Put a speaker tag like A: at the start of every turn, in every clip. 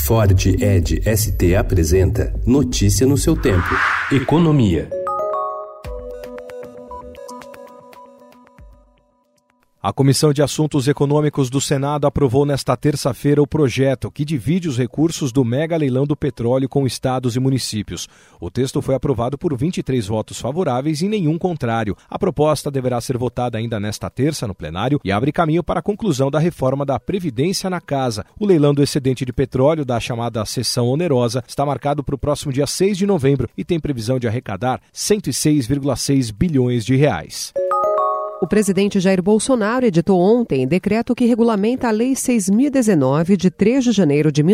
A: Ford Edge ST apresenta Notícia no seu tempo. Economia.
B: A Comissão de Assuntos Econômicos do Senado aprovou nesta terça-feira o projeto que divide os recursos do mega leilão do petróleo com estados e municípios. O texto foi aprovado por 23 votos favoráveis e nenhum contrário. A proposta deverá ser votada ainda nesta terça no plenário e abre caminho para a conclusão da reforma da Previdência na Casa. O leilão do excedente de petróleo, da chamada Sessão Onerosa, está marcado para o próximo dia 6 de novembro e tem previsão de arrecadar 106,6 bilhões de reais.
C: O presidente Jair Bolsonaro editou ontem decreto que regulamenta a Lei 6.019, de 3 de janeiro de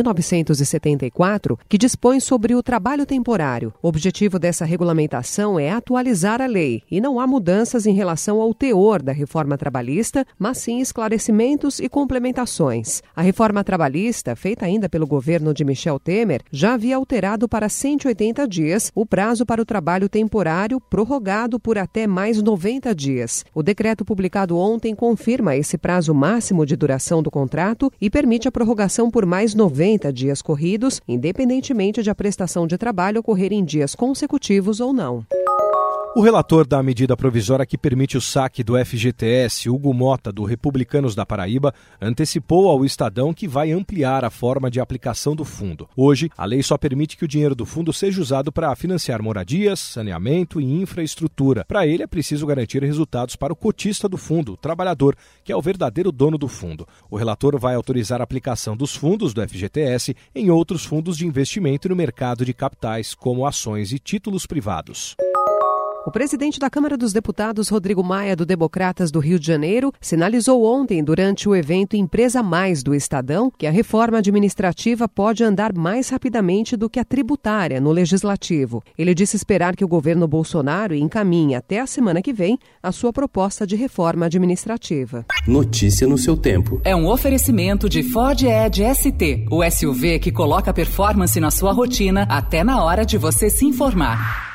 C: 1974, que dispõe sobre o trabalho temporário. O objetivo dessa regulamentação é atualizar a lei e não há mudanças em relação ao teor da reforma trabalhista, mas sim esclarecimentos e complementações. A reforma trabalhista, feita ainda pelo governo de Michel Temer, já havia alterado para 180 dias o prazo para o trabalho temporário, prorrogado por até mais 90 dias. O decreto publicado ontem confirma esse prazo máximo de duração do contrato e permite a prorrogação por mais 90 dias corridos, independentemente de a prestação de trabalho ocorrer em dias consecutivos ou não.
B: O relator da medida provisória que permite o saque do FGTS, Hugo Mota, do Republicanos da Paraíba, antecipou ao Estadão que vai ampliar a forma de aplicação do fundo. Hoje, a lei só permite que o dinheiro do fundo seja usado para financiar moradias, saneamento e infraestrutura. Para ele, é preciso garantir resultados para o cotista do fundo, o trabalhador, que é o verdadeiro dono do fundo. O relator vai autorizar a aplicação dos fundos do FGTS em outros fundos de investimento no mercado de capitais, como ações e títulos privados.
C: O presidente da Câmara dos Deputados, Rodrigo Maia, do Democratas do Rio de Janeiro, sinalizou ontem, durante o evento Empresa Mais do Estadão, que a reforma administrativa pode andar mais rapidamente do que a tributária no Legislativo. Ele disse esperar que o governo Bolsonaro encaminhe até a semana que vem a sua proposta de reforma administrativa.
A: Notícia no seu tempo.
D: É um oferecimento de Ford Edge ST, o SUV que coloca performance na sua rotina até na hora de você se informar.